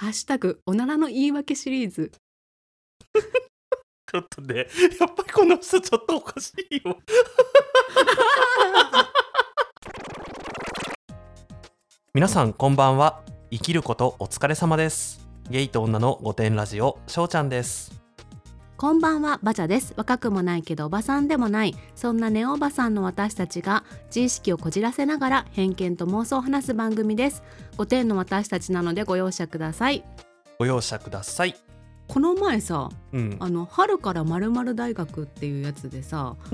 ハッシュタグおならの言い訳シリーズ。 ちょっとね、やっぱりこの人ちょっとおかしいよ。皆さんこんばんは。生きることお疲れ様です。ゲイと女の御殿ラジオ、しょうちゃんです。 こんばんは、バチャです。若くもないけどおばさんでもない、そんなネオおばさんの私たちが自意識をこじらせながら偏見と妄想を話す番組です。御殿の私たちなのでご容赦ください。 ご容赦ください。 この前さ、 うん、 春から〇〇大学っていうやつでさ、 うん、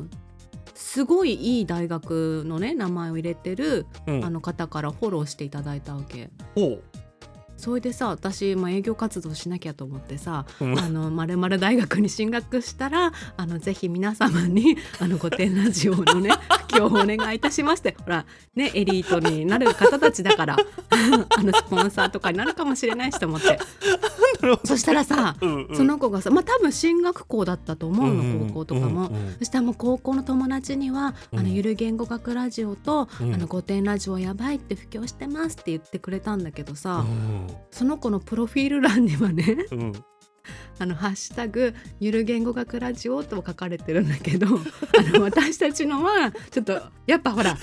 すごいいい大学のね名前を入れてる、 うん、 方からフォローしていただいたわけ。 おう、 それでさ、私、営業活動しなきゃと思ってさ、 うん、 〇〇大学に進学したらぜひ皆様に御殿ラジオのね布教をお願いいたしますって、ほらね、エリートになる方たちだからスポンサーとかになるかもしれないしと思って。 なるほどね。 そしたらさ、 うんうん、 その子がさ、多分進学校だったと思うの、高校とかも、 うんうん、 そしたらもう高校の友達には、ゆる言語学ラジオと、御殿ラジオやばいって布教してますって言ってくれたんだけどさ、その子のプロフィール欄にはねハッシュタグゆる言語学ラジオと書かれてるんだけど私たちのはちょっとやっぱほら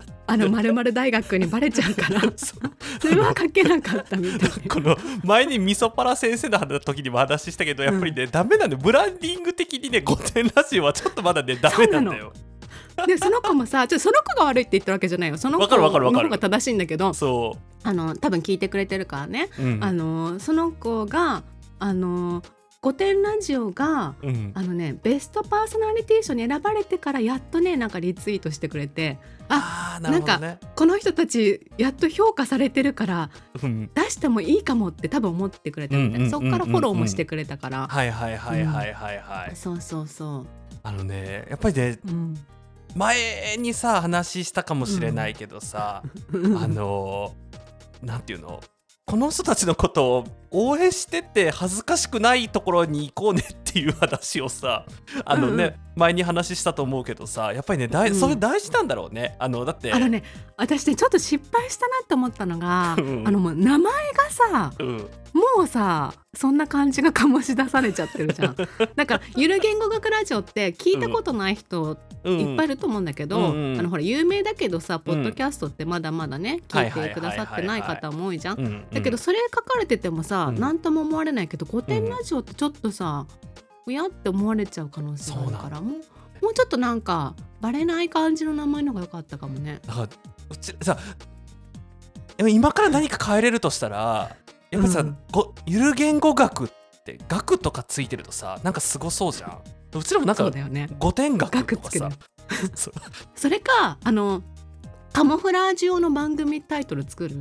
〇〇大学にバレちゃうからそれは書けなかったみたいな。 この前にみそパラ先生の時にも話したけど、やっぱりね、ダメなんだよ。ブランディング的にね、御殿ラジオはちょっとまだねダメなんだよ。 でその子もさ、その子が悪いって言ってるわけじゃないよ。その子の方が正しいんだけど、 そう多分聞いてくれてるからね、その子が御殿ラジオが、ベストパーソナリティ賞に選ばれてからやっとね、なんかリツイートしてくれて、 なるほどね、 なんかこの人たちやっと評価されてるから、出してもいいかもって多分思ってくれたみたいな。そっからフォローもしてくれたから。 はいはいはいはいはいはい、 そうそうそう。 やっぱりね、前にさ話したかもしれないけどさ、なんていうの、この人たちのことを応援してて恥ずかしくないところに行こうねっていう話をさ、前に話したと思うけどさ、やっぱりね、それ大事なんだろうね。だって私ね、ちょっと失敗したなって思ったのが、もう名前がさ、もうさ、そんな感じが醸し出されちゃってるじゃん。だからゆる言語学ラジオって聞いたことない人いっぱいいると思うんだけど、ほら有名だけどさ、ポッドキャストってまだまだね、聞いてくださってない方も多いじゃん。だけどそれ書かれててもさ、なんとも思われないけど、御殿ラジオってちょっとさ、おやって思われちゃう可能性があるから、もうちょっとなんかバレない感じの名前の方が良かったかもね。 だからうちさ、今から何か変えれるとしたら、やっぱさ、ゆる言語学って学とかついてるとさ、なんかすごそうじゃん。うちらもなんかそうだよね、 御殿学とかさそれかカモフラージュ用の番組タイトル作る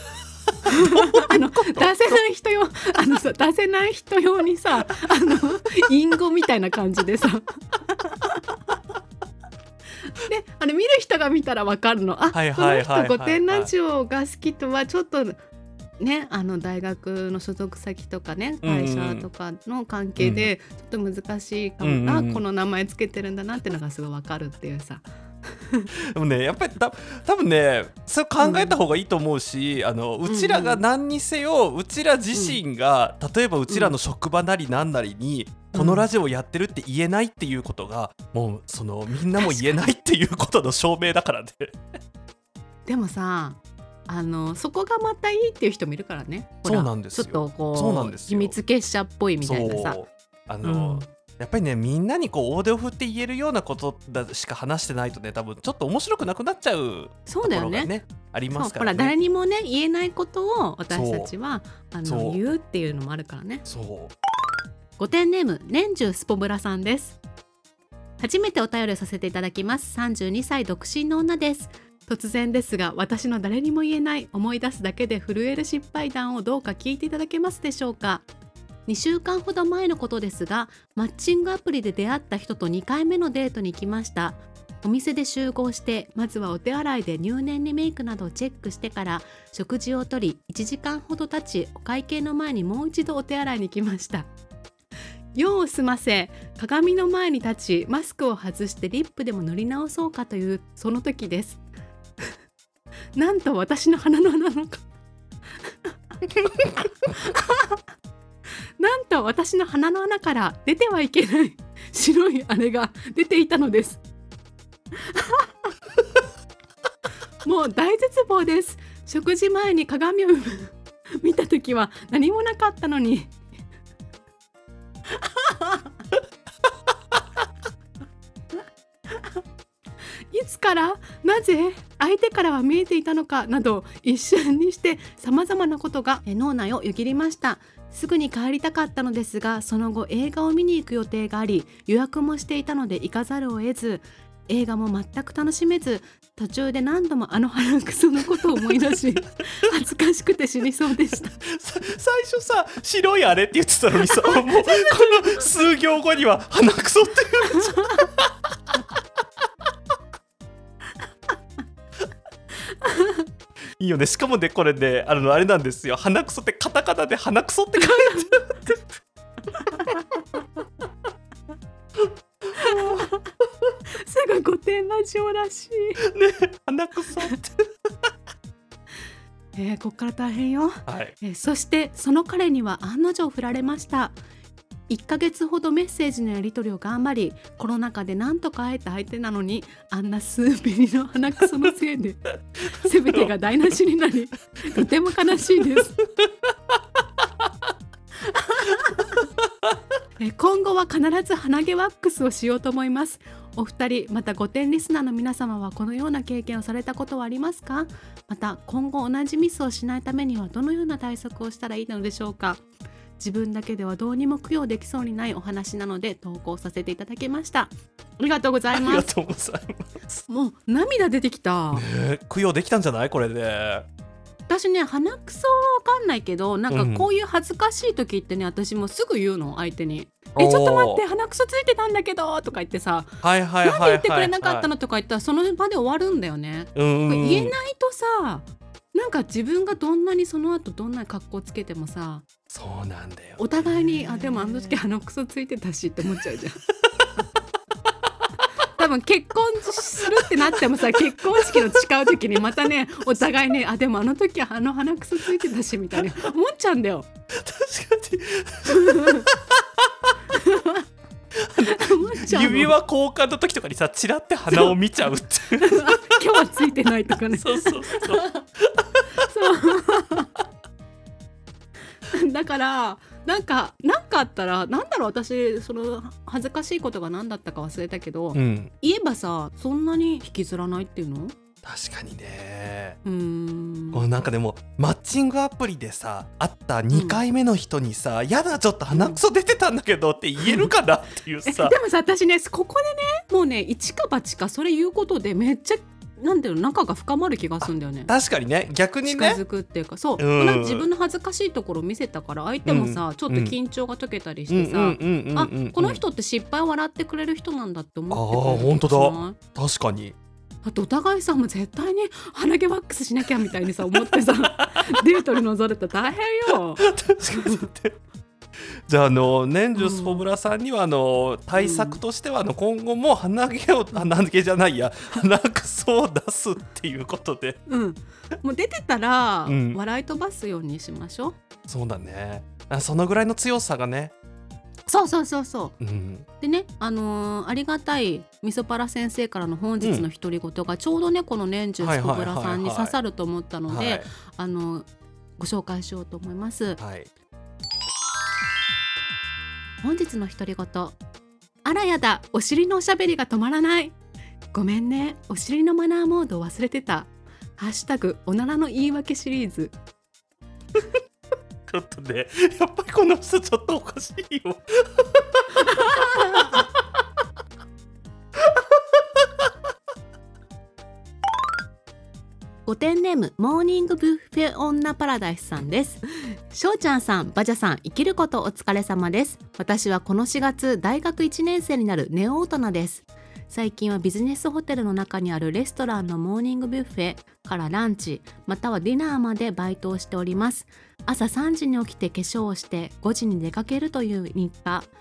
出せない人用出せない人用にさ、隠語みたいな感じでさで見る人が見たら分かるの、この人御殿ラジオが好きとはちょっとね、大学の所属先とかね、会社とかの関係でちょっと難しいかもな、この名前つけてるんだなっていうのがすごい分かるっていうさ。 でもね、やっぱり多分ね、それ考えた方がいいと思うし、うちらが何にせよ、うちら自身が、例えばうちらの職場なりなんなりに、このラジオやってるって言えないっていうことが、もうみんなも言えないっていうことの証明だからね。 でもさ、そこがまたいいっていう人もいるからね。 そうなんですよ。 ちょっとこう秘密結社っぽいみたいなさ。やっぱりね、みんなに大手を振って言えるようなことしか話してないとね、多分ちょっと面白くなくなっちゃうところがね、ありますからね。 ほら誰にもね言えないことを私たちは言うっていうのもあるからね。御殿ネーム年中スポブラさんです。初めてお便りをさせていただきます。32歳独身の女です。突然ですが、私の誰にも言えない思い出すだけで震える失敗談をどうか聞いていただけますでしょうか。2週間ほど前のことですが、マッチングアプリで出会った人と2回目のデートに行きました。お店で集合して、まずはお手洗いで入念にメイクなどをチェックしてから食事をとり、1時間ほど経ち、お会計の前にもう一度お手洗いに行きました。用を済ませ、鏡の前に立ち、マスクを外してリップでも塗り直そうかというその時です。なんと私の鼻の穴のなんと私の鼻の穴から出てはいけない白いあれが出ていたのです。もう大絶望です。食事前に鏡を見た時は何もなかったのにいつからなぜ相手からは見えていたのかなど一瞬にして様々なことが脳内をよぎりました。すぐに帰りたかったのですが、その後映画を見に行く予定があり、予約もしていたので行かざるを得ず、映画も全く楽しめず、途中で何度もあの鼻くそのことを思い出し恥ずかしくて死にそうでした。 最初さ白いあれって言ってたのにさもうこの数行後には鼻くそっていいよね。しかもねこれねあれなんですよ、鼻くそってカタカナで鼻くそって書いてあるすぐ御殿ラジオらしいね、鼻くそってこっから大変よ、 はい。 そしてその彼には案の定振られました。1ヶ月ほどメッセージのやり取りを頑張り、コロナ禍でなんとか会えた相手なのに、あんな数ミリの鼻くそのせいで全てが台無しになり、とても悲しいです今後は必ず鼻毛ワックスをしようと思います。お二人、また御殿リスナーの皆様はこのような経験をされたことはありますか？また今後同じミスをしないためにはどのような対策をしたらいいのでしょうか？自分だけではどうにも供養できそうにないお話なので投稿させていただきました。ありがとうございます。 ありがとうございます。 もう涙出てきた、 供養できたんじゃないこれで。 私ね、鼻くそはわかんないけど、なんかこういう恥ずかしい時ってね、私もすぐ言うの、相手に。ちょっと待って、鼻くそついてたんだけどとか言ってさ、 はいはいはいはい、はい、 なんで言ってくれなかったのとか言ったらその場で終わるんだよね。言えないとさ、なんか自分がどんなにその後どんな格好つけてもさ、 そうなんだよ、ね、 お互いにでもあの時鼻くそついてたしって思っちゃうじゃん多分結婚するってなってもさ、結婚式の誓う時にまたね、お互いね、でもあの時は鼻くそついてたしみたいな思っちゃうんだよ。 確かに指輪交換の時とかにさ、チラって鼻を見ちゃうって今日はついてないとかね。 そうだからなんかあったら、なんだろう、私その恥ずかしいことが何だったか忘れたけど、言えばさ、そんなに引きずらないっていうの？ 確かにね。なんかでもマッチングアプリでさ会った2回目の人にさ、やだちょっと鼻くそ出てたんだけどって言えるかなっていうさでもさ、私ね、ここでね、もうね、一か八かそれ言うことでめっちゃなんだろう、仲が深まる気がするんだよね。 確かにね、逆にね近づくっていうか、そう、なんか自分の恥ずかしいところを見せたから、相手もさ、ちょっと緊張が解けたりしてさ、この人って失敗を笑ってくれる人なんだって思ってくれる。 本当だ、確かに。 あとお互いさ、もう絶対に鼻毛ワックスしなきゃみたいにさ思ってさデートに臨んでたら大変よ。 確かにじゃあ年中スポブラさんには対策としては今後も鼻毛じゃないや、鼻くそを出すっていうことで、 もう出てたら笑い飛ばすようにしましょう。 そうだね、そのぐらいの強さがね。 そう、でね、ありがたいみそパラ先生からの本日の独り言がちょうどね、この年中スポブラさんに刺さると思ったので、ご紹介しようと思います。本日の独り言。あらやだ、お尻のおしゃべりが止まらない。ごめんね、お尻のマナーモード忘れてた。ハッシュタグおならの言い訳シリーズ。 ちょっとね、やっぱりこの人ちょっとおかしいよ御殿ネームモーニングブッフェ女パラダイスさんです。しょうちゃんさん、バジャさん、生きることお疲れ様です。私はこの4月大学1年生になるネオ大人です。最近はビジネスホテルの中にあるレストランのモーニングビュッフェからランチ、またはディナーまでバイトをしております。朝3時に起きて化粧をして5時に出かけるという日課。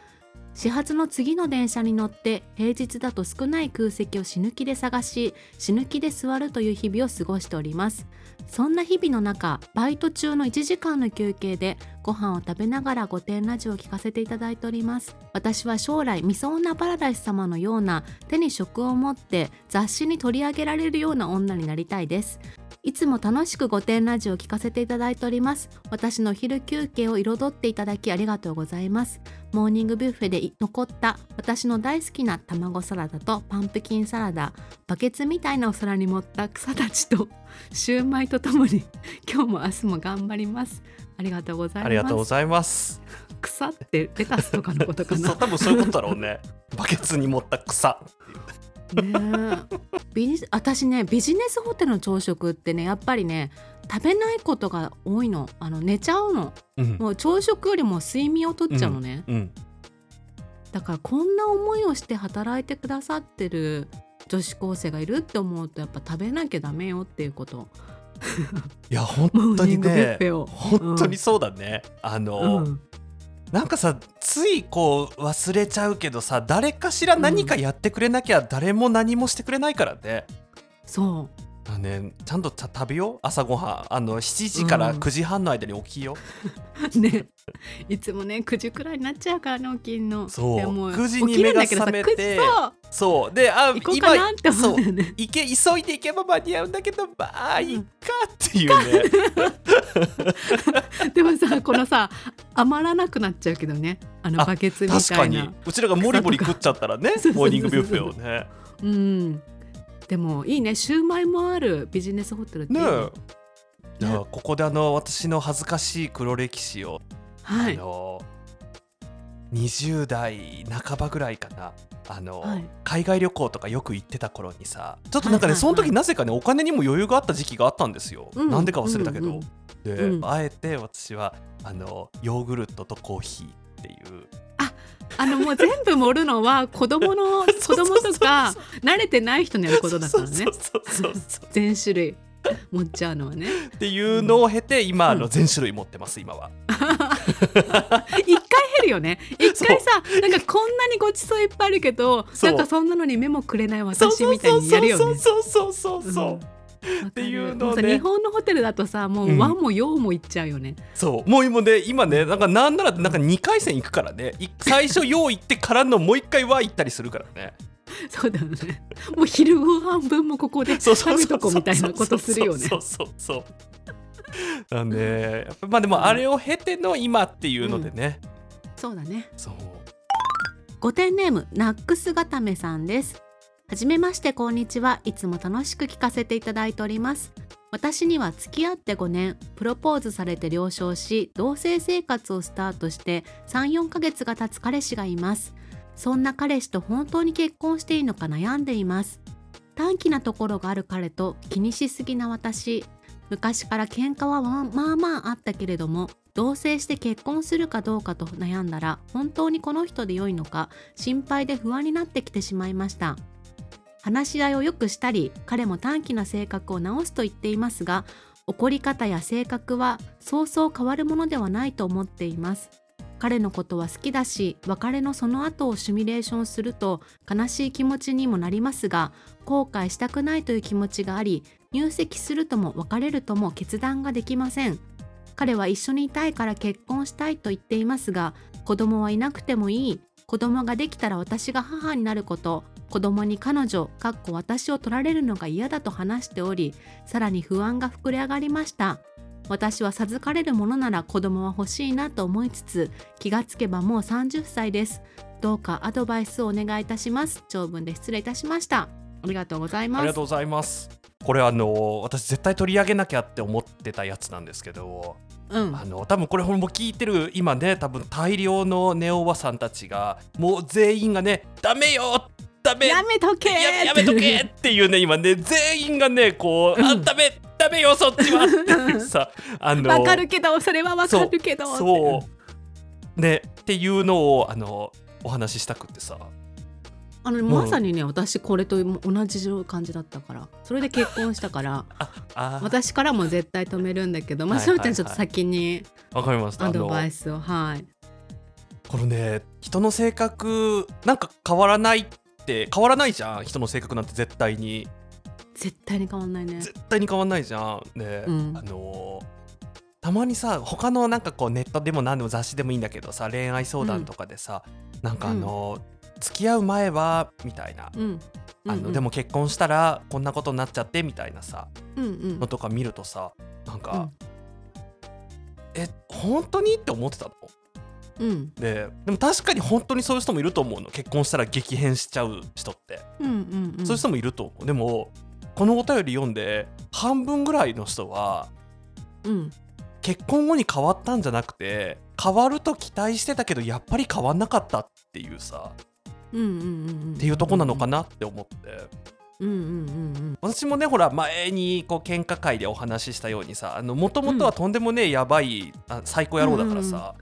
始発の次の電車に乗って平日だと少ない空席を死ぬ気で探し、死ぬ気で座るという日々を過ごしております。そんな日々の中、バイト中の1時間の休憩でご飯を食べながら御殿ラジオを聞かせていただいております。私は将来ミソ女パラダイス様のような手に職を持って雑誌に取り上げられるような女になりたいです。いつも楽しく御殿ラジオを聞かせていただいております。私の昼休憩を彩っていただきありがとうございます。モーニングビュッフェで残った私の大好きな卵サラダとパンプキンサラダ、バケツみたいなお皿に盛った草たちとシューマイとともに今日も明日も頑張ります。ありがとうございます。 ありがとうございます。 草ってレタスとかのことかな。 そう、多分そういうことだろうね。バケツに盛った草ね私ね、ビジネスホテルの朝食ってね、やっぱりね食べないことが多いの。寝ちゃうの、もう朝食よりも睡眠をとっちゃうのね、だからこんな思いをして働いてくださってる女子高生がいるって思うと、やっぱ食べなきゃダメよっていうこといや本当にね、 本当にそうだね。なんかさ、ついこう忘れちゃうけどさ、誰かしら何かやってくれなきゃ誰も何もしてくれないからね。 そうね、ちゃんと食べよう。朝ごはん7時から9時半の間に起きよう、ね、いつもね9時くらいになっちゃうからね、起きんの。 そう、 もう 9時に目が覚めて、そうで、 行こうかなって思うんだよね。 急いで行けば間に合うんだけど、まあいいかっていうね、 でもさ、このさ余らなくなっちゃうけどね、バケツみたいな。 確かにうちらがモリモリ食っちゃったらね、モーニングビュッフェをね。 でもいいね、シューマイもあるビジネスホテルっていいね。 じゃあここで私の恥ずかしい黒歴史を、20代半ばぐらいかな、海外旅行とかよく行ってた頃にさ、ちょっとなんかね、その時なぜかねお金にも余裕があった時期があったんですよ、なんでか忘れたけど、で、あえて私はヨーグルトとコーヒーっていう、 もう全部盛るのは子供とか慣れてない人のやることだからね。全種類持っちゃうのはねっていうのを経て今全種類持ってます。今は一回減るよね。一回さ、なんかこんなにごちそういっぱいあるけど、なんかそんなのに目もくれない私みたいにやるよね。そうっていうので、日本のホテルだとさ、もう和も洋も行っちゃうよね。 そう、もう今ね、なんならなんか2回戦行くからね、最初洋行ってからのもう1回和行ったりするからね。 そうだよね。もう昼ご飯分もここで食べとこみたいなことするよね。 なんでやっぱまあでもあれを経ての今っていうのでね、 そうだね。 そう。 御殿ネームナックスがためさんです。はじめまして、こんにちは。いつも楽しく聞かせていただいております。私には付き合って5年、プロポーズされて了承し、同棲生活をスタートして3、4ヶ月が経つ彼氏がいます。そんな彼氏と本当に結婚していいのか悩んでいます。短気なところがある彼と気にしすぎな私。昔から喧嘩はまあまああったけれども、同棲して結婚するかどうかと悩んだら、本当にこの人で良いのか心配で不安になってきてしまいました。話し合いをよくしたり、彼も短気な性格を直すと言っていますが、怒り方や性格はそうそう変わるものではないと思っています。彼のことは好きだし、別れのその後をシミュレーションすると悲しい気持ちにもなりますが、後悔したくないという気持ちがあり、入籍するとも別れるとも決断ができません。彼は一緒にいたいから結婚したいと言っていますが、子供はいなくてもいい、子供ができたら私が母になること、子供に彼女私を取られるのが嫌だと話しており、さらに不安が膨れ上がりました。私は授かれるものなら子供は欲しいなと思いつつ、気がつけばもう30歳です。どうかアドバイスをお願いいたします。長文で失礼いたしました。ありがとうございます。 ありがとうございます。これ私絶対取り上げなきゃって思ってたやつなんですけど、多分これも聞いてる今ね、多分大量のネオおばさんたちがもう全員がね、ダメよやめとけやめとけっていうね、今ね全員がねこう、ダメよそっちはってさ、 わかるけど、それはわかるけど、 そうねっていうのをお話ししたくってさ、 まさにね、私これと同じ感じだったから、それで結婚したから私からも絶対止めるんだけど、しょうちゃんちょっと先にわかりました。 アドバイスを。 このね、人の性格なんか変わらないじゃん。人の性格なんて絶対に変わんないね。 絶対に変わんないじゃん。ね、 うん、 たまにさ、他のなんかこうネットでも何でも雑誌でもいいんだけどさ、恋愛相談とかでさ、なんか付き合う前はみたいな、でも結婚したらこんなことになっちゃってみたいなさ、のとか見るとさ、なんか、本当にって思ってたの。でも確かに本当にそういう人もいると思うの。結婚したら激変しちゃう人って、そういう人もいると思う。でもこのお便り読んで半分ぐらいの人は、結婚後に変わったんじゃなくて、変わると期待してたけどやっぱり変わんなかったっていうさ、っていうとこなのかなって思って、私もね、ほら前にこう喧嘩会でお話ししたようにさ、もともとはとんでもねやばい最高野郎だからさ、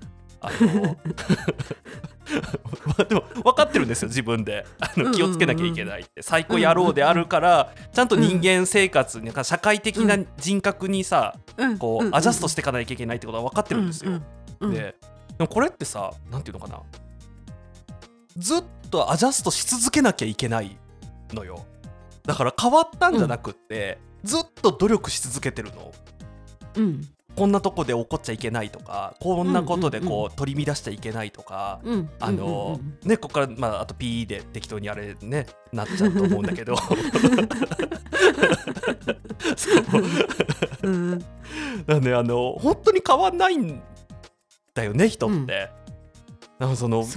でも分かってるんですよ、自分で気をつけなきゃいけないって、最高野郎であるからちゃんと人間生活に、社会的な人格にさ、こうアジャストしていかなきゃいけないってことは分かってるんですよ。でもこれってさ、なんていうのかな、ずっとアジャストし続けなきゃいけないのよ。だから変わったんじゃなくって、ずっと努力し続けてるの。こんなとこで怒っちゃいけないとか、こんなことでこう取り乱しちゃいけないとか、ね、ここからあと P で適当にあれねなっちゃうと思うんだけどなんで本当に変わんないんだよね、人って。なんか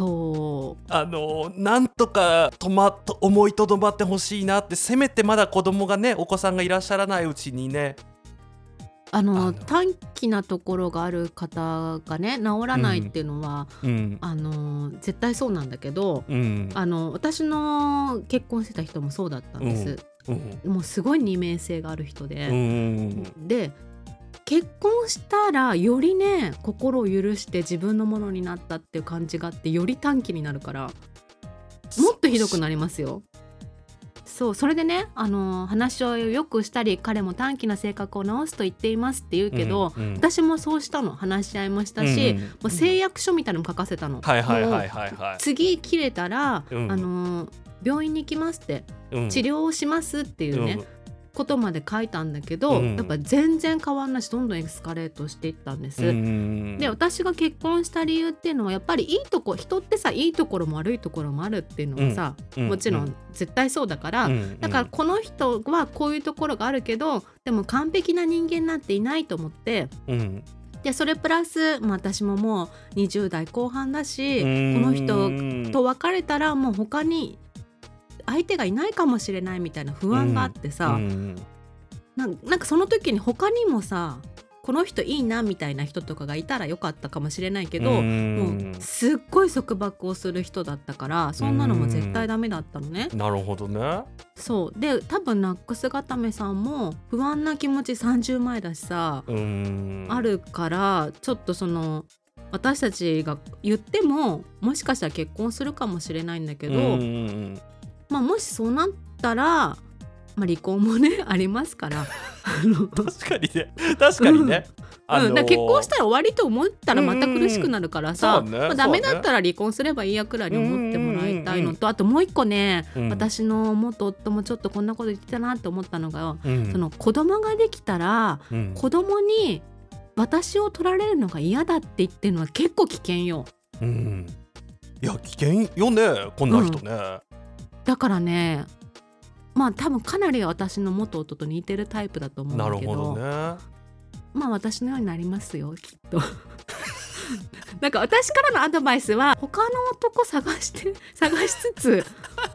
なんとか思いとどまってほしいなって、せめてまだ子供がね、お子さんがいらっしゃらないうちにね、 短気なところがある方がね治らないっていうのは、絶対そうなんだけど、私の結婚してた人もそうだったんです。もうすごい二面性がある人で、で結婚したらよりね心を許して自分のものになったっていう感じがあって、より短気になるからもっとひどくなりますよ。それでね、話をよくしたり、彼も短気な性格を直すと言っていますって言うけど、私もそうしたの。話し合いもしたし、もう誓約書みたいなのも書かせたの。次切れたら、病院に行きますって、治療をしますっていうね、ことまで書いたんだけど、やっぱ全然変わんないし、どんどんエスカレートしていったんです。で、私が結婚した理由っていうのはやっぱりいいとこ、人ってさ、いいところも悪いところもあるっていうのはさ、もちろん絶対そうだから、だからこの人はこういうところがあるけど、でも完璧な人間なんていないと思って、でそれプラス、私ももう20代後半だし、この人と別れたらもう他に相手がいないかもしれないみたいな不安があってさ、なんかその時に他にもさ、この人いいなみたいな人とかがいたらよかったかもしれないけど、もうすっごい束縛をする人だったから、そんなのも絶対ダメだったのね。 なるほどね。 そうで、多分ナックス固めさんも不安な気持ち30前だしさ、あるから、ちょっと私たちが言ってももしかしたら結婚するかもしれないんだけど、もしそうなったら、離婚もねありますから確かにね、確かにね、 だ結婚したら終わりと思ったらまた苦しくなるからさ、ダメだったら離婚すればいいやくらいに思ってもらいたいのと、あともう一個ね、私の元夫もちょっとこんなこと言ってたなって思ったのが、その子供ができたら、子供に私を取られるのが嫌だって言ってるのは結構危険よ。 いや危険よね、こんな人ね。 だからね、多分かなり私の元夫と似てるタイプだと思うんだけど、 なるほどね。 私のようになりますよ、きっとなんか私からのアドバイスは、他の男探しつつ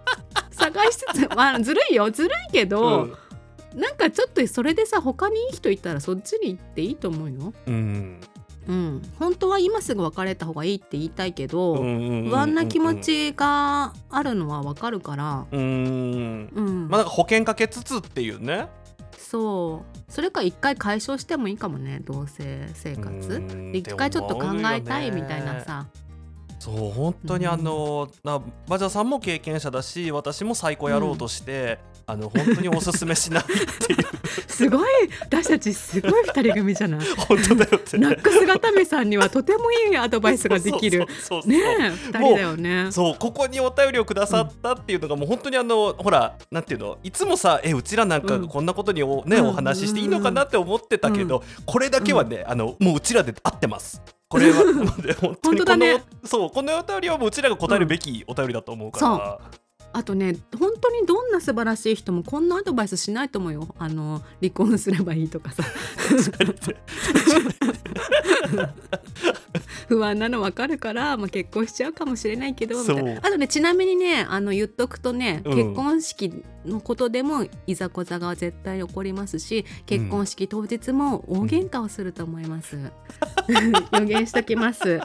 ずるいけど、なんかちょっとそれでさ、他にいい人いたらそっちに行っていいと思うよ。本当は今すぐ別れた方がいいって言いたいけど、不安な気持ちがあるのは分かるから、 なんか保険かけつつっていうね。 それか一回解消してもいいかもね、同棲生活で一回ちょっと考えたいみたいなさ。 そう本当にバジャさんも経験者だし、私も最高やろうとして、本当におすすめしないっていうすごい、私たちすごい二人組じゃない。 本当だよってナックスがためさんにはとてもいいアドバイスができるねえ、二人だよね。 そうここにお便りをくださったっていうのがもう本当にほらなんていうの、いつもさうちらなんかこんなことにお話ししていいのかなって思ってたけど、これだけはね、もううちらで合ってます。これは本当にこのお便りはもううちらが答えるべきお便りだと思うから、 あとね、本当にどんな素晴らしい人もこんなアドバイスしないと思うよ。離婚すればいいとかさ不安なの分かるから、結婚しちゃうかもしれないけどみたいな。あとね、ちなみにね言っとくとね、結婚式のことでもいざこざが絶対起こりますし、結婚式当日も大喧嘩をすると思います、予言しときます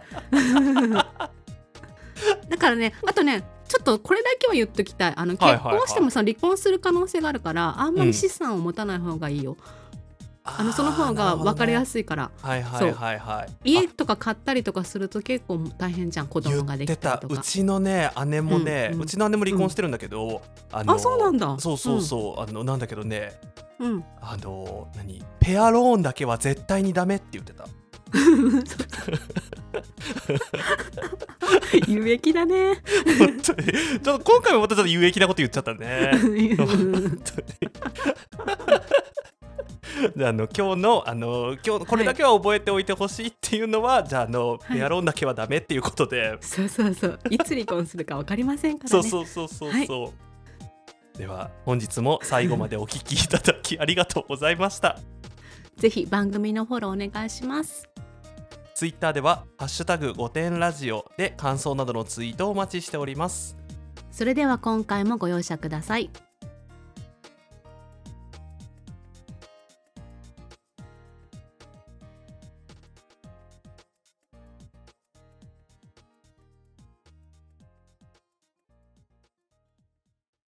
だからね、あとねちょっとこれだけは言っときたい。結婚しても離婚する可能性があるから、あんまり資産を持たない方がいいよ。その方が分かりやすいから。家とか買ったりとかすると結構大変じゃん、子供ができたりとか。 うちのね姉もね、うちの姉も離婚してるんだけど、 そうなんだ。 そうなんだけどね、ペアローンだけは絶対にダメって言ってた有益だね本当にちょっと今回もまたちょっと有益なこと言っちゃったね本当にで今日これだけは覚えておいてほしいっていうのは、じゃあペアローンだけはダメっていうことで、 そういつ離婚するか分かりませんからね。 そうでは本日も最後までお聞きいただきありがとうございましたぜひ番組のフォローお願いします。 ツイッターではハッシュタグ5点ラジオで感想などのツイートをお待ちしております。 それでは今回もご容赦ください。